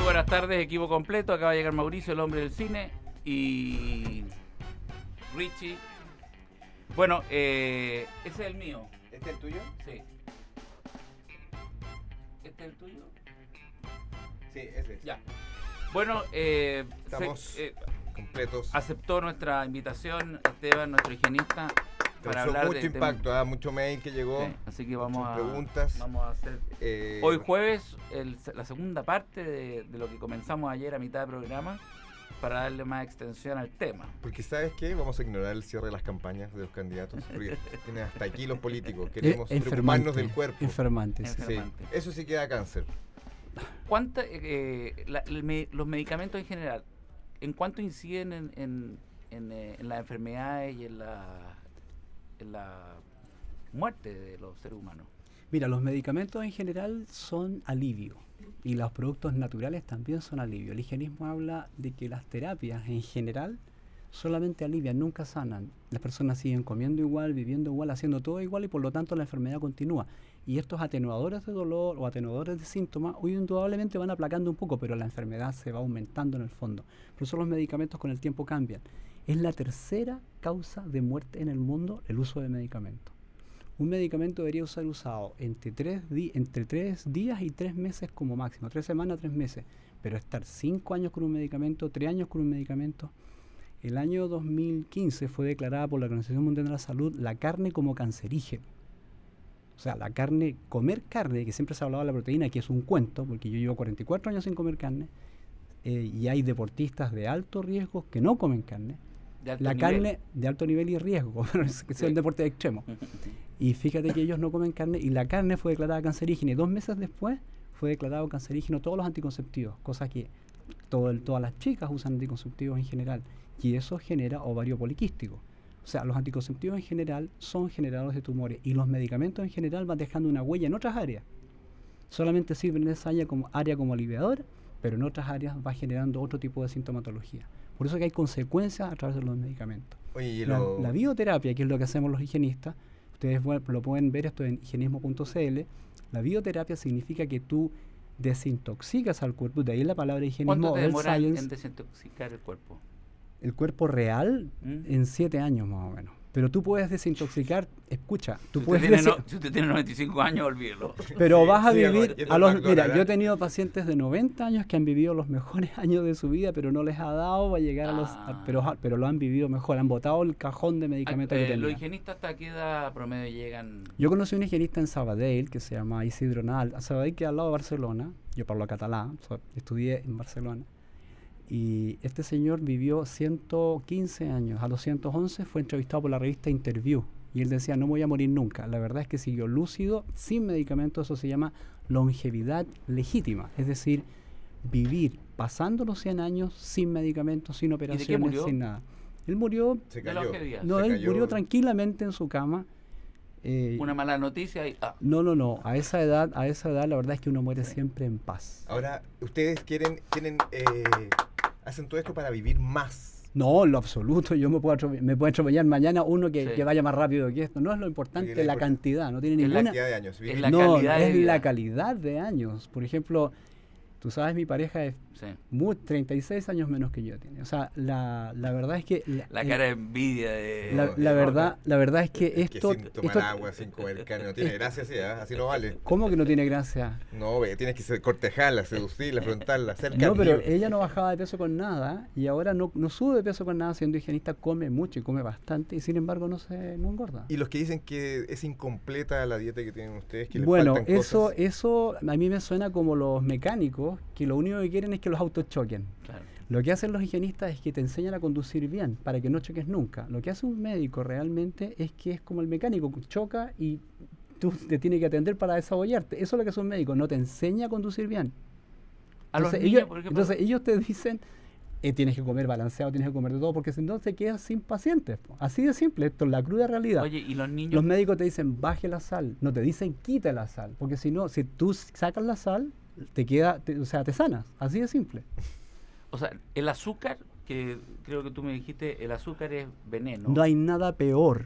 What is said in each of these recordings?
buenas tardes, equipo completo. Acaba de llegar Mauricio, el hombre del cine, y Richie. Bueno, ese es el mío. ¿Este es el tuyo? Sí. ¿Este es el tuyo? Sí, ese es. Ya. Bueno, Estamos completos. aceptó nuestra invitación Esteban, nuestro higienista, para hablar mucho de impacto, mucho mail que llegó. Sí, así que vamos a hacer hoy jueves la segunda parte de lo que comenzamos ayer a mitad de programa, para darle más extensión al tema. Porque ¿sabes qué? Vamos a ignorar el cierre de las campañas de los candidatos, porque tienen hasta aquí los políticos. Queremos preocuparnos del cuerpo. Enfermantes. Sí, eso sí queda cáncer. Los medicamentos en general, ¿en cuánto inciden en las enfermedades y en la muerte de los seres humanos? Mira, los medicamentos en general son alivio y los productos naturales también son alivio. El higienismo habla de que las terapias en general solamente alivian, nunca sanan. Las personas siguen comiendo igual, viviendo igual, haciendo todo igual y por lo tanto la enfermedad continúa. Y estos atenuadores de dolor o atenuadores de síntomas hoy indudablemente van aplacando un poco, pero la enfermedad se va aumentando en el fondo. Por eso los medicamentos con el tiempo cambian. Es la tercera causa de muerte en el mundo el uso de medicamentos. Un medicamento debería ser usado entre 3 días y 3 meses como máximo, 3 semanas, 3 meses. Pero estar 5 años con un medicamento, 3 años con un medicamento. El año 2015 fue declarada por la Organización Mundial de la Salud la carne como cancerígena. O sea, la carne, comer carne, que siempre se ha hablado de la proteína, que es un cuento, porque yo llevo 44 años sin comer carne, y hay deportistas de alto riesgo que no comen carne. Carne de alto nivel y riesgo, que sea un deporte extremo. Y fíjate que ellos no comen carne y la carne fue declarada cancerígena y 2 meses después fue declarado cancerígeno todos los anticonceptivos, cosa que todas las chicas usan anticonceptivos en general y eso genera ovario poliquístico. O sea, los anticonceptivos en general son generadores de tumores y los medicamentos en general van dejando una huella en otras áreas. Solamente sirven en esa área como aliviador, pero en otras áreas va generando otro tipo de sintomatología. Por eso que hay consecuencias a través de los medicamentos. Oye, la bioterapia, que es lo que hacemos los higienistas, ustedes lo pueden ver esto en higienismo.cl. La bioterapia significa que tú desintoxicas al cuerpo, de ahí la palabra higienismo. ¿Cuánto te demora en desintoxicar el cuerpo? El cuerpo real en 7 años más o menos. Pero tú puedes desintoxicar, escucha, tú puedes... Si usted tiene 95 años, olvídelo. Pero vas a vivir... Mira, yo he tenido pacientes de 90 años que han vivido los mejores años de su vida, pero no les ha dado para llegar a los... Pero lo han vivido mejor, han botado el cajón de medicamentos que tenían. ¿Los higienistas hasta qué edad promedio llegan? Yo conocí a un higienista en Sabadell que se llama Isidro Nadal. Sabadell queda al lado de Barcelona, yo hablo catalán, estudié en Barcelona. Y este señor vivió 115 años. A los 111 fue entrevistado por la revista Interview. Y él decía, no me voy a morir nunca. La verdad es que siguió lúcido, sin medicamentos. Eso se llama longevidad legítima. Es decir, vivir pasando los 100 años sin medicamentos, sin operaciones, sin nada. Él murió... Se cayó. Él murió tranquilamente en su cama. Una mala noticia y... No. A esa edad la verdad es que uno muere siempre en paz. Ahora, ustedes hacen todo esto para vivir más. No, en lo absoluto. Yo me puedo atropellar mañana uno que vaya más rápido que esto. No es lo importante, la cantidad. No tiene ninguna... Es la cantidad de años. Es la calidad de años. Por ejemplo, tú sabes, mi pareja es 36 años menos que yo tiene. O sea, la verdad es que... La cara de envidia de... La verdad es que esto... sin tomar agua, sin comer carne, no tiene gracia así no vale. ¿Cómo que no tiene gracia? No, tienes que cortejarla, seducirla, afrontarla, ser No, pero ella no bajaba de peso con nada y ahora no sube de peso con nada, siendo higienista come mucho y come bastante y sin embargo no engorda. Y los que dicen que es incompleta la dieta que tienen ustedes, que les bueno, faltan cosas. Eso a mí me suena como los mecánicos que lo único que quieren es que los autos choquen. Claro. Lo que hacen los higienistas es que te enseñan a conducir bien para que no choques nunca. Lo que hace un médico realmente es que es como el mecánico, choca y tú te tienes que atender para desabollarte. Eso es lo que hace un médico, no te enseña a conducir bien. Entonces ellos te dicen, tienes que comer balanceado, tienes que comer de todo, porque si no te quedas sin pacientes. Así de simple, esto es la cruda realidad. Oye, ¿y los niños? Los médicos te dicen, baje la sal, no te dicen, quita la sal, porque si no, si tú sacas la sal, te sanas, así de simple. O sea, el azúcar, que creo que tú me dijiste, el azúcar es veneno. No hay nada peor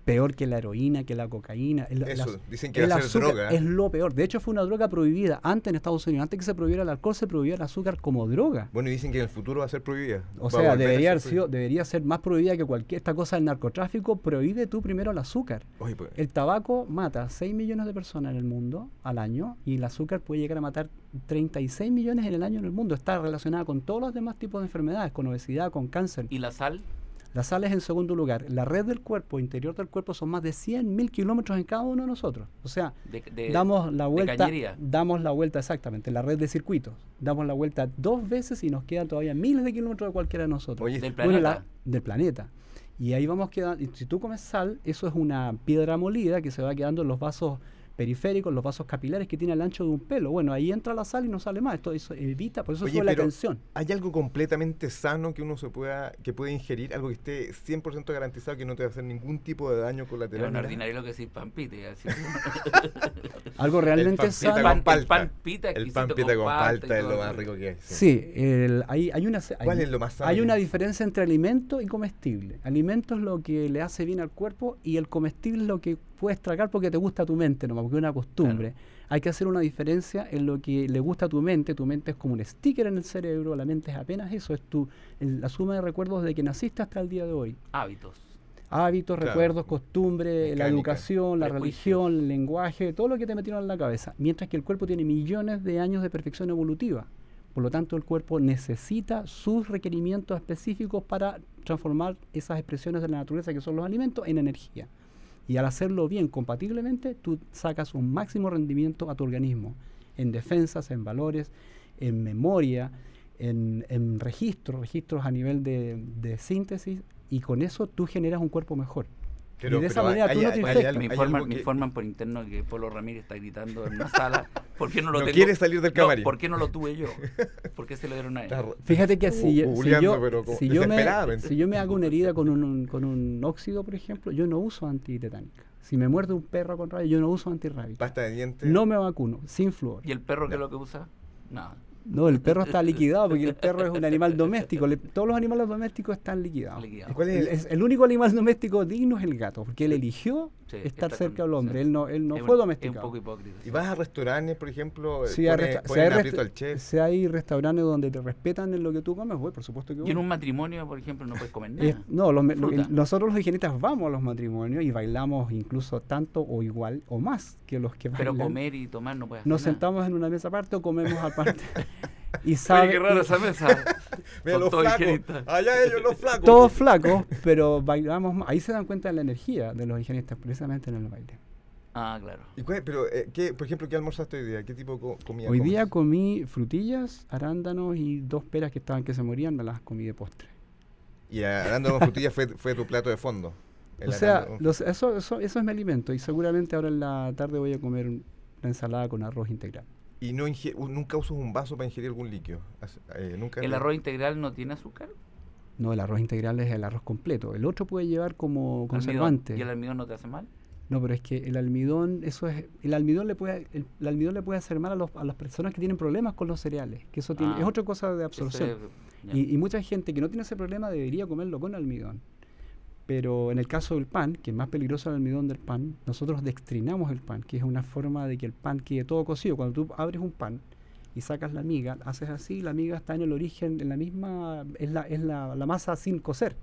peor que la heroína, que la cocaína. Dicen que va a ser droga. Es lo peor. De hecho, fue una droga prohibida antes en Estados Unidos. Antes que se prohibiera el alcohol, se prohibía el azúcar como droga. Bueno, y dicen que en el futuro va a ser prohibida. O sea, debería ser más prohibida que esta cosa del narcotráfico. Prohíbe tú primero el azúcar. Oye, pues, el tabaco mata 6 millones de personas en el mundo al año, y el azúcar puede llegar a matar 36 millones en el año en el mundo. Está relacionada con todos los demás tipos de enfermedades, con obesidad, con cáncer. ¿Y la sal? La sal es en segundo lugar. La red del cuerpo, interior del cuerpo, son más de 100.000 kilómetros en cada uno de nosotros. O sea, damos la vuelta exactamente, la red de circuitos. Damos la vuelta 2 veces y nos quedan todavía miles de kilómetros de cualquiera de nosotros. Oye, ¿del planeta? Del planeta. Y ahí vamos quedando. Y si tú comes sal, eso es una piedra molida que se va quedando en los vasos periféricos, los vasos capilares que tiene el ancho de un pelo. Bueno, ahí entra la sal y no sale más. Eso evita, por eso sube la tensión. ¿Hay algo completamente sano que uno que puede ingerir, algo que esté 100% garantizado que no te va a hacer ningún tipo de daño colateral? Es un ordinario lo que decir pampite. Algo realmente sano. El pan pita con palta es lo más rico que hay. Sí, hay una... ¿Cuál es lo más sano? Hay una diferencia entre alimento y comestible. Alimento es lo que le hace bien al cuerpo, y el comestible es lo que puedes tragar porque te gusta tu mente nomás, porque es una costumbre. Claro. Hay que hacer una diferencia en lo que le gusta a tu mente. Tu mente es como un sticker en el cerebro, la mente es apenas eso, es la suma de recuerdos de que naciste hasta el día de hoy. Hábitos, claro. Recuerdos, costumbres, la educación, la religión, el lenguaje, todo lo que te metieron en la cabeza. Mientras que el cuerpo tiene millones de años de perfección evolutiva. Por lo tanto, el cuerpo necesita sus requerimientos específicos para transformar esas expresiones de la naturaleza, que son los alimentos, en energía. Y al hacerlo bien, compatiblemente, tú sacas un máximo rendimiento a tu organismo, en defensas, en valores, en memoria, en registros a nivel de síntesis, y con eso tú generas un cuerpo mejor. Y de esa manera tú no te infectas. Me informan por interno que Polo Ramírez está gritando en una sala. ¿Por qué no lo tengo? Quiere salir del camarín. ¿Por qué no lo tuve yo? ¿Por qué se lo dieron a él? Fíjate que si yo me hago una herida con un óxido, por ejemplo, yo no uso antitetánica. Si me muerde un perro con rabia, yo no uso antirrábica. ¿Pasta de dientes? No me vacuno, sin flúor. ¿Y el perro qué es lo que usa? Nada. No, el perro está liquidado porque el perro es un animal doméstico. Todos los animales domésticos están liquidados. ¿Y cuál es el único animal doméstico digno es el gato, porque él eligió estar cerca del hombre. Él no fue domesticado. Es un poco hipócrita. ¿Y vas a restaurantes, por ejemplo? Si hay restaurantes donde te respetan en lo que tú comes, voy, por supuesto que voy. ¿Y en un matrimonio, por ejemplo, no puedes comer nada? Nosotros los higienistas vamos a los matrimonios y bailamos incluso tanto o igual o más que los que bailan. Pero comer y tomar no puedes hacer Nos nada. Sentamos en una mesa aparte o comemos aparte. Y sabe, qué rara esa mesa. Mira los flacos, allá ellos los flacos. Todos flacos, pero bailamos más. Ahí se dan cuenta de la energía de los higienistas, precisamente en el baile. Ah, claro. Pero, por ejemplo, ¿qué almorzaste hoy día? ¿Qué tipo de comida Hoy día comí frutillas, arándanos y 2 peras que se morían, me las comí de postre. Y arándanos, frutillas fue tu plato de fondo. O sea, eso es mi alimento, y seguramente ahora en la tarde voy a comer una ensalada con arroz integral. ¿Y nunca usas un vaso para ingerir algún líquido? ¿El arroz integral no tiene azúcar? No, el arroz integral es el arroz completo. El otro puede llevar como conservante. ¿Y el almidón no te hace mal? No, pero es que el almidón, el almidón le puede hacer mal a las personas que tienen problemas con los cereales, que eso es otra cosa de absorción. Y mucha gente que no tiene ese problema debería comerlo con almidón. Pero en el caso del pan, que es más peligroso el almidón del pan, nosotros dextrinamos el pan, que es una forma de que el pan quede todo cocido. Cuando tú abres un pan y sacas la miga, haces así, la miga está en el origen, en la misma, es la masa sin cocer.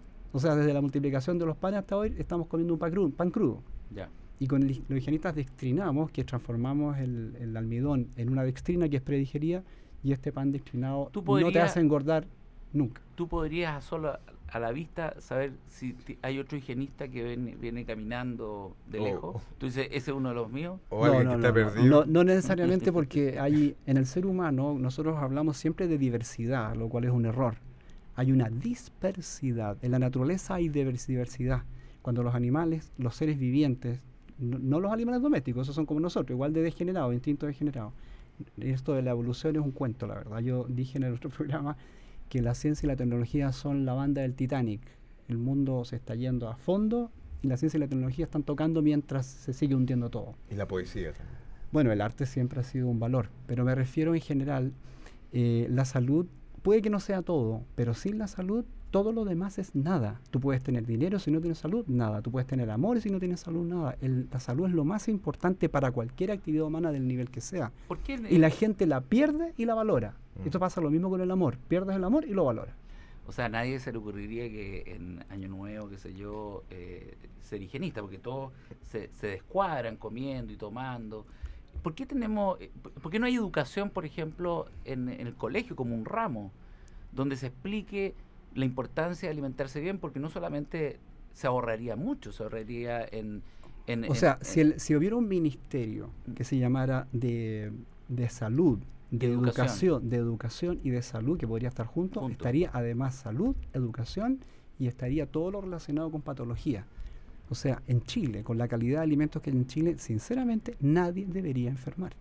O sea, desde la multiplicación de los panes hasta hoy estamos comiendo un pan crudo. Ya. Y con los higienistas dextrinamos, que transformamos el almidón en una dextrina que es predigerida, y este pan dextrinado no te hace engordar nunca. ¿Tú podrías solo a la vista saber si hay otro higienista que viene caminando de lejos? ¿Tú dices, ese es uno de los míos? ¿O alguien que está perdido? No necesariamente, porque en el ser humano nosotros hablamos siempre de diversidad, lo cual es un error. Hay una dispersidad. En la naturaleza hay diversidad. Cuando los animales, los seres vivientes, no los animales domésticos, esos son como nosotros, igual de degenerados, instintos degenerados. Esto de la evolución es un cuento, la verdad. Yo dije en el otro programa que la ciencia y la tecnología son la banda del Titanic. El mundo se está yendo a fondo y la ciencia y la tecnología están tocando mientras se sigue hundiendo todo. Y la poesía también. Bueno, el arte siempre ha sido un valor, pero me refiero en general, la salud puede que no sea todo, pero sin la salud Todo lo demás es nada. Tú puedes tener dinero si no tienes salud, nada. Tú puedes tener amor y si no tienes salud, nada. La salud es lo más importante para cualquier actividad humana del nivel que sea. ¿Por qué? Y la gente la pierde y la valora. Esto pasa lo mismo con el amor. Pierdes el amor y lo valoras. O sea, a nadie se le ocurriría que en Año Nuevo, qué sé yo, ser higienista, porque todos se descuadran comiendo y tomando. ¿Por qué no hay educación, por ejemplo, en el colegio como un ramo, donde se explique la importancia de alimentarse bien? Porque no solamente se ahorraría mucho, se ahorraría si hubiera un ministerio que se llamara de salud, de educación y de salud, que podría estar juntos, estaría además salud, educación y estaría todo lo relacionado con patología. O sea, en Chile, con la calidad de alimentos que hay en Chile, sinceramente nadie debería enfermar.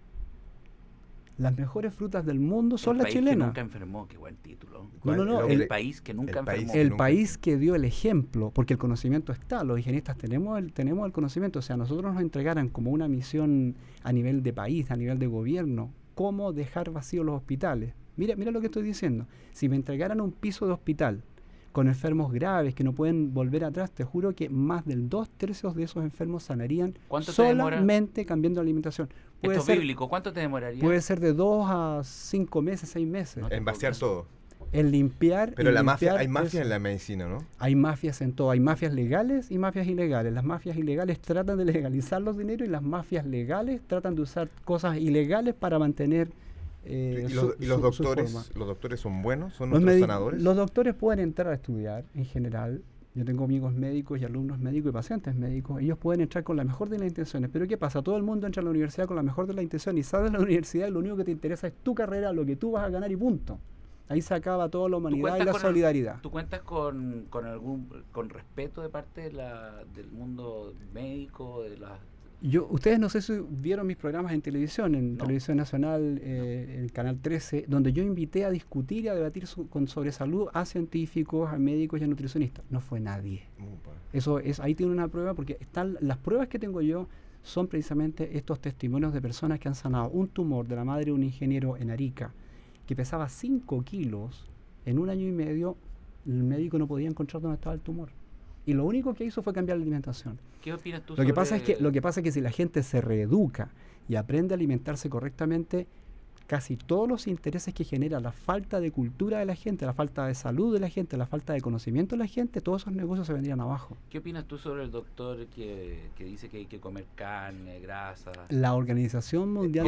Las mejores frutas del mundo son las chilenas. El país que nunca enfermó, qué buen título. El país que nunca enfermó. El país que dio el ejemplo, porque el conocimiento está, los higienistas tenemos el conocimiento, o sea, nosotros nos entregaran como una misión a nivel de país, a nivel de gobierno, cómo dejar vacíos los hospitales. Mira lo que estoy diciendo. Si me entregaran un piso de hospital con enfermos graves que no pueden volver atrás, te juro que más del 2/3 de esos enfermos sanarían solamente cambiando la alimentación. Esto es bíblico, ¿cuánto te demoraría? Puede ser de 2 a 5 meses, 6 meses. En vaciar todo. En limpiar. Pero hay mafias en la medicina, ¿no? Hay mafias en todo. Hay mafias legales y mafias ilegales. Las mafias ilegales tratan de legalizar los dineros y las mafias legales tratan de usar cosas ilegales para mantener los doctores son buenos, son nuestros sanadores. Los doctores pueden entrar a estudiar en general. Yo tengo amigos médicos y alumnos médicos y pacientes médicos. Ellos pueden entrar con la mejor de las intenciones. Pero ¿qué pasa? Todo el mundo entra a la universidad con la mejor de las intenciones y sales de la universidad y lo único que te interesa es tu carrera, lo que tú vas a ganar y punto. Ahí se acaba toda la humanidad y la solidaridad. ¿Tú cuentas con respeto de parte del mundo médico, de las... Ustedes no sé si vieron mis programas en televisión, Televisión Nacional, en el Canal 13, donde yo invité a discutir y a debatir sobre salud a científicos, a médicos y a nutricionistas. No fue nadie. Ahí tiene una prueba, porque las pruebas que tengo yo son precisamente estos testimonios de personas que han sanado un tumor de la madre de un ingeniero en Arica, que pesaba 5 kilos. En 1 año y medio, el médico no podía encontrar dónde estaba el tumor. Y lo único que hizo fue cambiar la alimentación. ¿Qué opinas tú Lo que pasa es que si la gente se reeduca y aprende a alimentarse correctamente, casi todos los intereses que genera la falta de cultura de la gente, la falta de salud de la gente, la falta de conocimiento de la gente, todos esos negocios se vendrían abajo. ¿Qué opinas tú sobre el doctor que dice que hay que comer carne, grasa? La Organización Mundial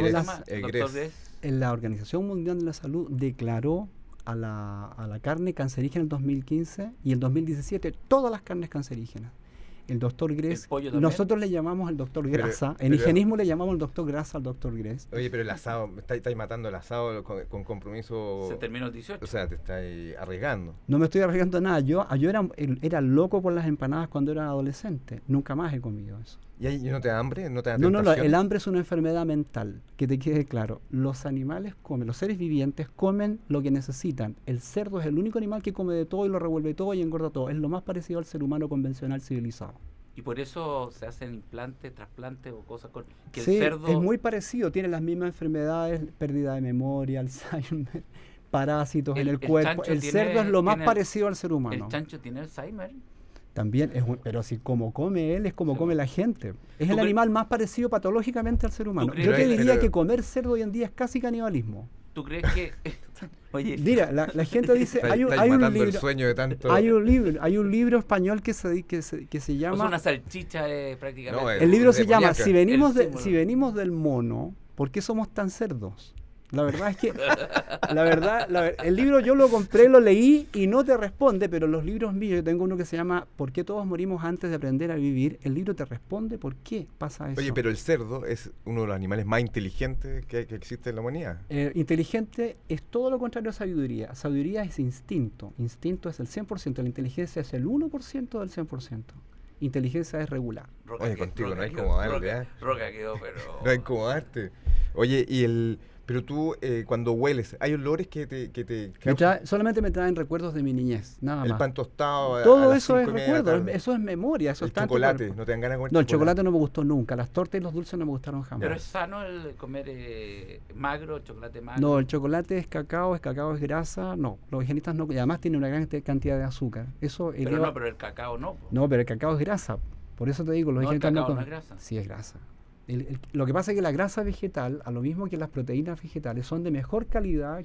la Organización Mundial de la Salud declaró a la carne cancerígena en el 2015 y en el 2017 todas las carnes cancerígenas. El doctor Gress, nosotros le llamamos el doctor Grasa, en higienismo le llamamos el doctor Grasa al doctor Gress. Oye, pero el asado, estáis matando el asado con compromiso. Se terminó el 18. O sea, te estáis arriesgando. No me estoy arriesgando nada. Yo era loco por las empanadas cuando era adolescente. Nunca más he comido eso. ¿Y no te da hambre? ¿No te da tentación? No, el hambre es una enfermedad mental, que te quede claro. Los animales comen, los seres vivientes comen lo que necesitan. El cerdo es el único animal que come de todo y lo revuelve todo y engorda todo. Es lo más parecido al ser humano convencional civilizado. Y por eso se hacen implantes, trasplantes o cosas con... Que sí, el cerdo... es muy parecido. Tiene las mismas enfermedades, pérdida de memoria, Alzheimer, parásitos en el cuerpo. El cerdo es lo más parecido al ser humano. ¿El chancho tiene Alzheimer? También, pero si como come él es como come la gente. Es el animal más parecido patológicamente al ser humano. Yo te diría que comer cerdo hoy en día es casi canibalismo. ¿Tú crees que...? Oye. Mira, la gente dice... hay un libro, el sueño de tanto... hay un libro español que se llama... Es una salchicha prácticamente. No, el libro se llama Si venimos del mono, ¿por qué somos tan cerdos? La verdad es que, el libro yo lo compré, lo leí y no te responde, pero los libros míos, yo tengo uno que se llama ¿Por qué todos morimos antes de aprender a vivir? El libro te responde por qué pasa eso. Oye, pero el cerdo es uno de los animales más inteligentes que existe en la humanidad. Inteligente es todo lo contrario a sabiduría. Sabiduría es instinto. Instinto es el 100%, la inteligencia es el 1% del 100%. Inteligencia es regular. Oye, contigo no hay como darte, Roca quedó, pero... No hay como darte. Oye, Pero tú, cuando hueles, ¿hay olores que te solamente me traen recuerdos de mi niñez, nada más. El pan tostado. Todo eso es recuerdo, eso es memoria. Eso el chocolate, ¿no te dan ganas de comer No, el chocolate no me gustó nunca. Las tortas y los dulces no me gustaron jamás. ¿Pero es sano el comer magro, chocolate magro? No, el chocolate es cacao es grasa. No, los higienistas no. Y además tiene una gran cantidad de azúcar. Eso pero el cacao no. No, pero el cacao es grasa. Por eso te digo, los higienistas no es grasa. Sí, es grasa. Lo que pasa es que la grasa vegetal, a lo mismo que las proteínas vegetales, son de mejor calidad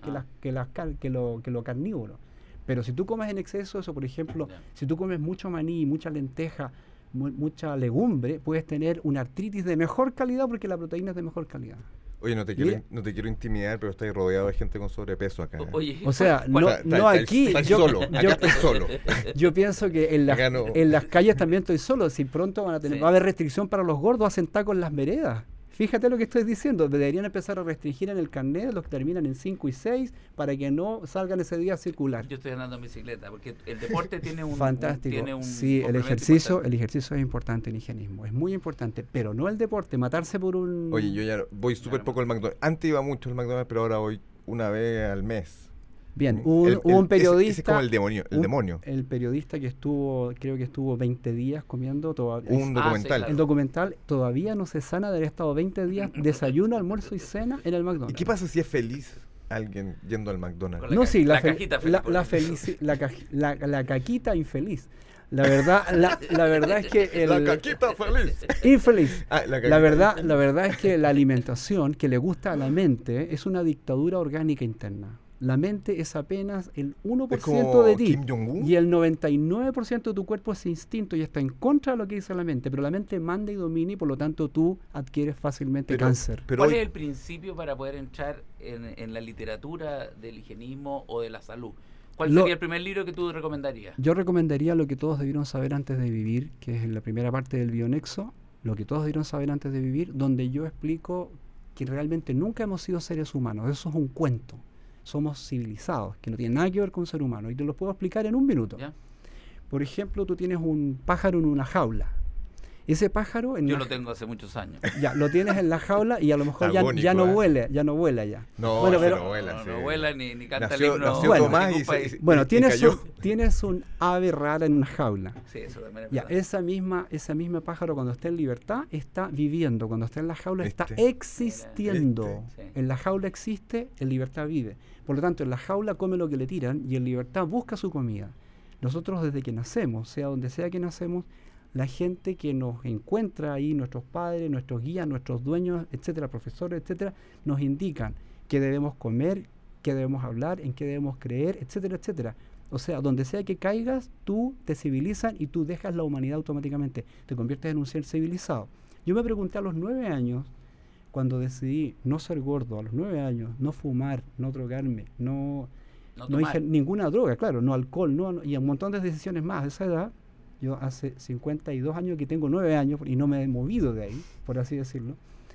que lo carnívoro. Pero si tú comes en exceso eso, por ejemplo, si tú comes mucho maní, mucha lenteja, mucha legumbre, puedes tener una artritis de mejor calidad porque la proteína es de mejor calidad. Oye, no te quiero intimidar, pero estás rodeado de gente con sobrepeso acá. Oye, o sea, no aquí. Estás solo, acá estás solo. Yo pienso que en las calles también estoy solo. Si pronto va a haber restricción para los gordos, hacen tacos en las veredas. Fíjate lo que estoy diciendo. Deberían empezar a restringir en el carnet los que terminan en 5 y 6 para que no salgan ese día a circular. Yo estoy andando en bicicleta porque el deporte tiene un... Fantástico. Sí, el ejercicio es importante en higienismo. Es muy importante, pero no el deporte. Matarse por un... Oye, yo ya voy súper poco al McDonald's. Antes iba mucho al McDonald's, pero ahora voy una vez al mes. Bien, un periodista... Ese es como el demonio. El periodista que creo que estuvo 20 días comiendo todavía. Un documental. El documental todavía no se sana de haber estado 20 días, desayuno, almuerzo y cena en el McDonald's. ¿Y qué pasa si es feliz alguien yendo al McDonald's? No, sí, la cajita feliz. La caquita infeliz. La verdad es que la caquita feliz. Infeliz. La verdad es que la alimentación que le gusta a la mente es una dictadura orgánica interna. La mente es apenas el 1% de ti. Kim Jong-un. Y el 99% de tu cuerpo es instinto y está en contra de lo que dice la mente. Pero la mente manda y domina y por lo tanto tú adquieres fácilmente cáncer. ¿Cuál es el principio para poder entrar en la literatura del higienismo o de la salud? ¿Cuál sería el primer libro que tú recomendarías? Yo recomendaría Lo que todos debieron saber antes de vivir, que es en la primera parte del Bionexo. Lo que todos debieron saber antes de vivir, donde yo explico que realmente nunca hemos sido seres humanos. Eso es un cuento. Somos civilizados, que no tienen nada que ver con ser humano. Y te lo puedo explicar en un minuto. ¿Ya? Por ejemplo, tú tienes un pájaro en una jaula. Ese pájaro... Yo lo tengo hace muchos años. Ya, lo tienes en la jaula y a lo mejor ya no vuela ya. No, bueno, pero, no vuela. No vuela ni canta nació, el himno. Nació Tomás bueno, tienes un ave rara en una jaula. Sí, eso también es verdad. Esa misma pájaro cuando está en libertad está viviendo. Cuando está en la jaula está existiendo. En la jaula existe, en libertad vive. Por lo tanto, en la jaula come lo que le tiran y en libertad busca su comida. Nosotros desde que nacemos, sea donde sea que nacemos, la gente que nos encuentra ahí, nuestros padres, nuestros guías, nuestros dueños, etcétera, profesores, etcétera, nos indican qué debemos comer, qué debemos hablar, en qué debemos creer, etcétera, etcétera. O sea, donde sea que caigas, tú te civilizan y tú dejas la humanidad automáticamente. Te conviertes en un ser civilizado. Yo me pregunté a los 9 años, cuando decidí no ser gordo, a los 9 años, no fumar, no drogarme, no ninguna droga, claro, no alcohol, y un montón de decisiones más a esa edad. Yo hace 52 años que tengo 9 años y no me he movido de ahí, por así decirlo.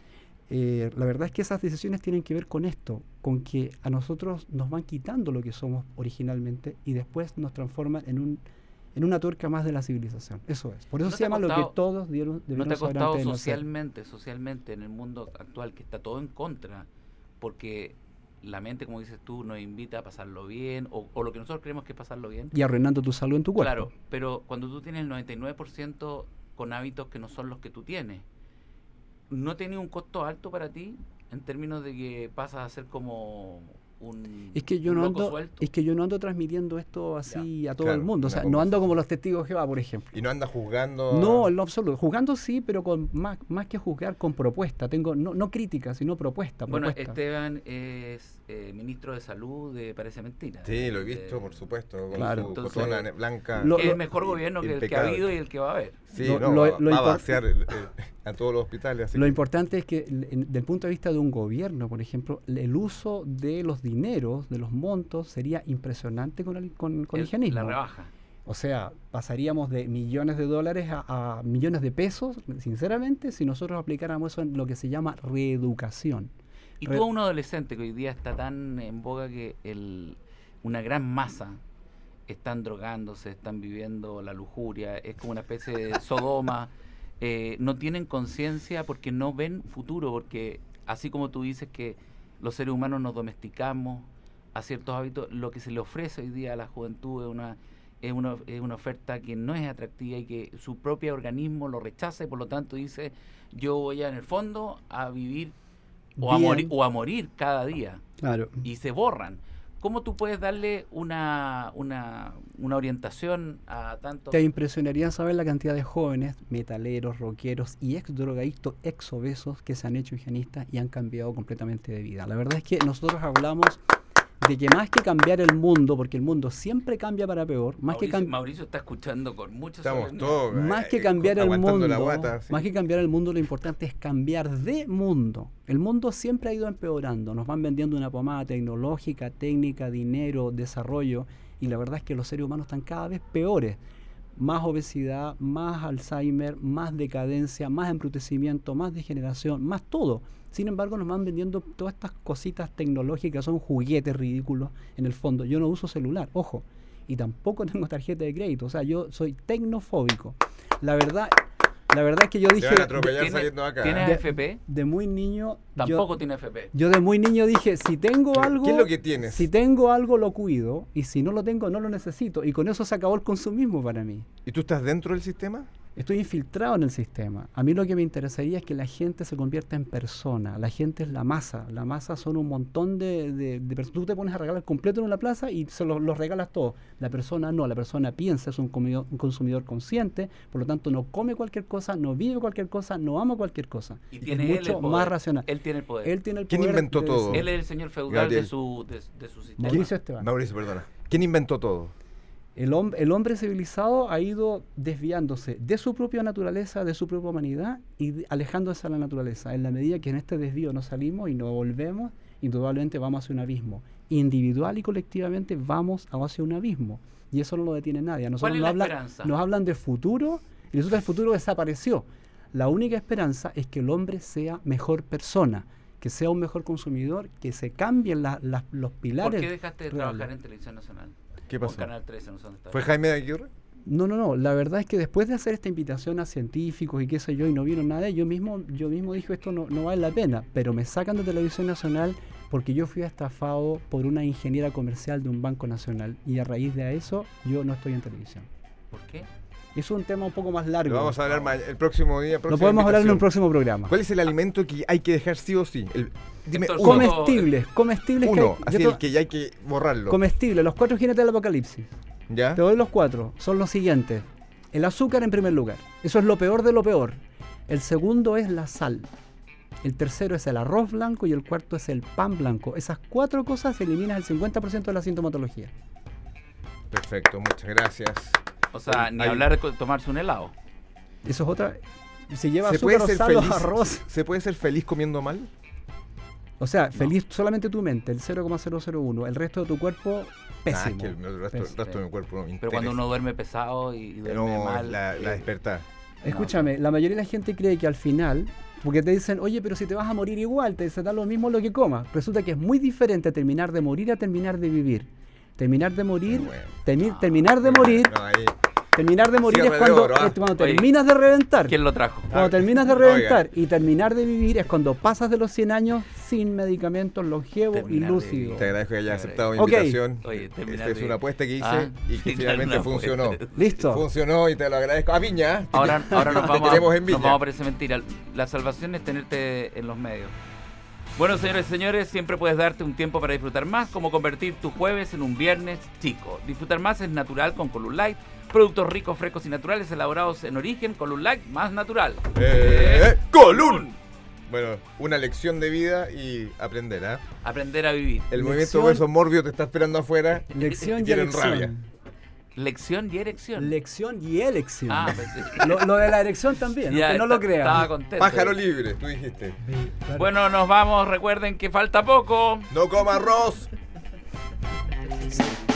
La verdad es que esas decisiones tienen que ver con esto, con que a nosotros nos van quitando lo que somos originalmente y después nos transforman en una tuerca más de la civilización. Eso es. Por eso se llama Lo que todos debieron saber antes de nacer. ¿No te ha costado socialmente en el mundo actual que está todo en contra? Porque la mente, como dices tú, nos invita a pasarlo bien, o lo que nosotros creemos que es pasarlo bien. Y arruinando tu salud en tu cuerpo. Claro, pero cuando tú tienes el 99% con hábitos que no son los que tú tienes, ¿no tiene un costo alto para ti en términos de que pasas a ser como un loco suelto? Es que yo no ando transmitiendo esto así a todo el mundo. O sea, no ando como los testigos de Jehová, por ejemplo. ¿Y no andas juzgando? No, en lo absoluto. Juzgando sí, pero con más que juzgar, con propuesta. Tengo no crítica, sino propuesta. Bueno, Esteban es ministro de Salud de Parece Mentira. Sí, lo he visto, por supuesto. Con claro. Su cotona blanca. Que es el mejor gobierno que el que ha habido y el que va a haber. Sí, va a vaciar a todos los hospitales. Así lo importante es que, desde el punto de vista de un gobierno, por ejemplo, el uso de los dineros, de los montos, sería impresionante con el higienismo. La rebaja. O sea, pasaríamos de millones de dólares a millones de pesos, sinceramente, si nosotros aplicáramos eso en lo que se llama reeducación. Y tú a un adolescente que hoy día está tan en boga que una gran masa están drogándose, están viviendo la lujuria, es como una especie de Sodoma, no tienen conciencia porque no ven futuro, porque así como tú dices que los seres humanos nos domesticamos a ciertos hábitos. Lo que se le ofrece hoy día a la juventud es una oferta que no es atractiva y que su propio organismo lo rechaza y por lo tanto dice, yo voy en el fondo a vivir o a morir cada día. Claro. Y se borran. ¿Cómo tú puedes darle una orientación a tantos? Te impresionaría saber la cantidad de jóvenes, metaleros, rockeros y ex drogadictos, ex obesos que se han hecho higienistas y han cambiado completamente de vida. La verdad es que nosotros hablamos de que más que cambiar el mundo, porque el mundo siempre cambia para peor, Mauricio está escuchando con mucha todos más que cambiar el mundo, la guata, ¿sí? Más que cambiar el mundo, lo importante es cambiar de mundo. El mundo siempre ha ido empeorando, nos van vendiendo una pomada tecnológica, técnica, dinero, desarrollo, y la verdad es que los seres humanos están cada vez peores. Más obesidad, más Alzheimer, más decadencia, más embrutecimiento, más degeneración, más todo. Sin embargo, nos van vendiendo todas estas cositas tecnológicas, son juguetes ridículos en el fondo. Yo no uso celular, ojo, y tampoco tengo tarjeta de crédito, o sea, yo soy tecnofóbico. La verdad es que yo dije... ¿Tienes AFP? De muy niño... Tampoco tiene AFP. Yo de muy niño dije, si tengo algo... ¿Qué es lo que tienes? Si tengo algo, lo cuido, y si no lo tengo, no lo necesito. Y con eso se acabó el consumismo para mí. ¿Y tú estás dentro del sistema? Estoy infiltrado en el sistema. A mí lo que me interesaría es que la gente se convierta en persona. La gente es la masa. La masa son un montón de personas. Tú te pones a regalar completo en una plaza y se los regalas todos. La persona no. La persona piensa, es un consumidor consciente. Por lo tanto, no come cualquier cosa, no vive cualquier cosa, no ama cualquier cosa. Y tiene es mucho más racional. Él tiene el poder. ¿Quién inventó todo? Él es el señor feudal de su sistema. Mauricio, perdona. ¿Quién inventó todo? El hombre civilizado ha ido desviándose de su propia naturaleza, de su propia humanidad y alejándose a la naturaleza. En la medida que en este desvío no salimos y no volvemos, indudablemente vamos hacia un abismo. Individual y colectivamente vamos hacia un abismo. Y eso no lo detiene nadie. ¿Cuál es la esperanza? Nos hablan de futuro y resulta que el futuro desapareció. La única esperanza es que el hombre sea mejor persona, que sea un mejor consumidor, que se cambien los pilares. ¿Por qué dejaste de trabajar en Televisión Nacional? ¿Qué pasó? Canal 13, no sé dónde está. ¿Fue Jaime de Aguirre? No. La verdad es que después de hacer esta invitación a científicos y qué sé yo, y no vieron nada, yo mismo dije esto no vale la pena, pero me sacan de Televisión Nacional porque yo fui estafado por una ingeniera comercial de un banco nacional y a raíz de eso yo no estoy en televisión. ¿Por qué? Es un tema un poco más largo. Lo vamos a hablar el próximo día. Lo podemos hablar en un próximo programa. ¿Cuál es el alimento que hay que dejar sí o sí? Dime comestibles. Uno, el que ya hay que borrarlo. Comestibles, los 4 jinetes del apocalipsis. ¿Ya? Te doy los 4. Son los siguientes. El azúcar en primer lugar. Eso es lo peor de lo peor. El segundo es la sal. El tercero es el arroz blanco y el cuarto es el pan blanco. Esas 4 cosas eliminan el 50% de la sintomatología. Perfecto, muchas gracias. O sea, ni hablar de tomarse un helado. Eso es otra... Si lleva azúcar o sal o arroz... ¿Se puede ser feliz comiendo mal? O sea, feliz solamente tu mente, el 0,001. El resto de tu cuerpo, pésimo. Que el resto de mi cuerpo no me interesa. Pero cuando uno duerme pesado y duerme mal... La despertar. Escúchame, la mayoría de la gente cree que al final... Porque te dicen, oye, pero si te vas a morir igual, te da lo mismo lo que comas. Resulta que es muy diferente terminar de morir a terminar de vivir. Terminar de morir, terminar de morir es cuando terminas de reventar. ¿Quién lo trajo? Cuando terminas de reventar y terminar de vivir es cuando pasas de los 100 años sin medicamentos, longevo y lúcido. Te agradezco que hayas aceptado mi invitación. Oye, esta es una apuesta que hice y que finalmente funcionó. Listo. Funcionó y te lo agradezco. A Viña. Ahora nos vamos a parecer mentira. La salvación es tenerte en los medios. Bueno, señores y señores, siempre puedes darte un tiempo para disfrutar más, como convertir tu jueves en un viernes chico. Disfrutar más es natural con Column Light. Productos ricos, frescos y naturales elaborados en origen. Column Light, más natural. ¡Column! Bueno, una lección de vida y aprender, ¿ah? Aprender a vivir. El movimiento hueso morbio te está esperando afuera. Lección y tienen rabia. Lección y erección. Lección y elección. Pues sí. lo de la erección también, ya, aunque no lo crean. Estaba contento. Pájaro libre, tú dijiste. Claro. Bueno, nos vamos. Recuerden que falta poco. No coma arroz. Sí.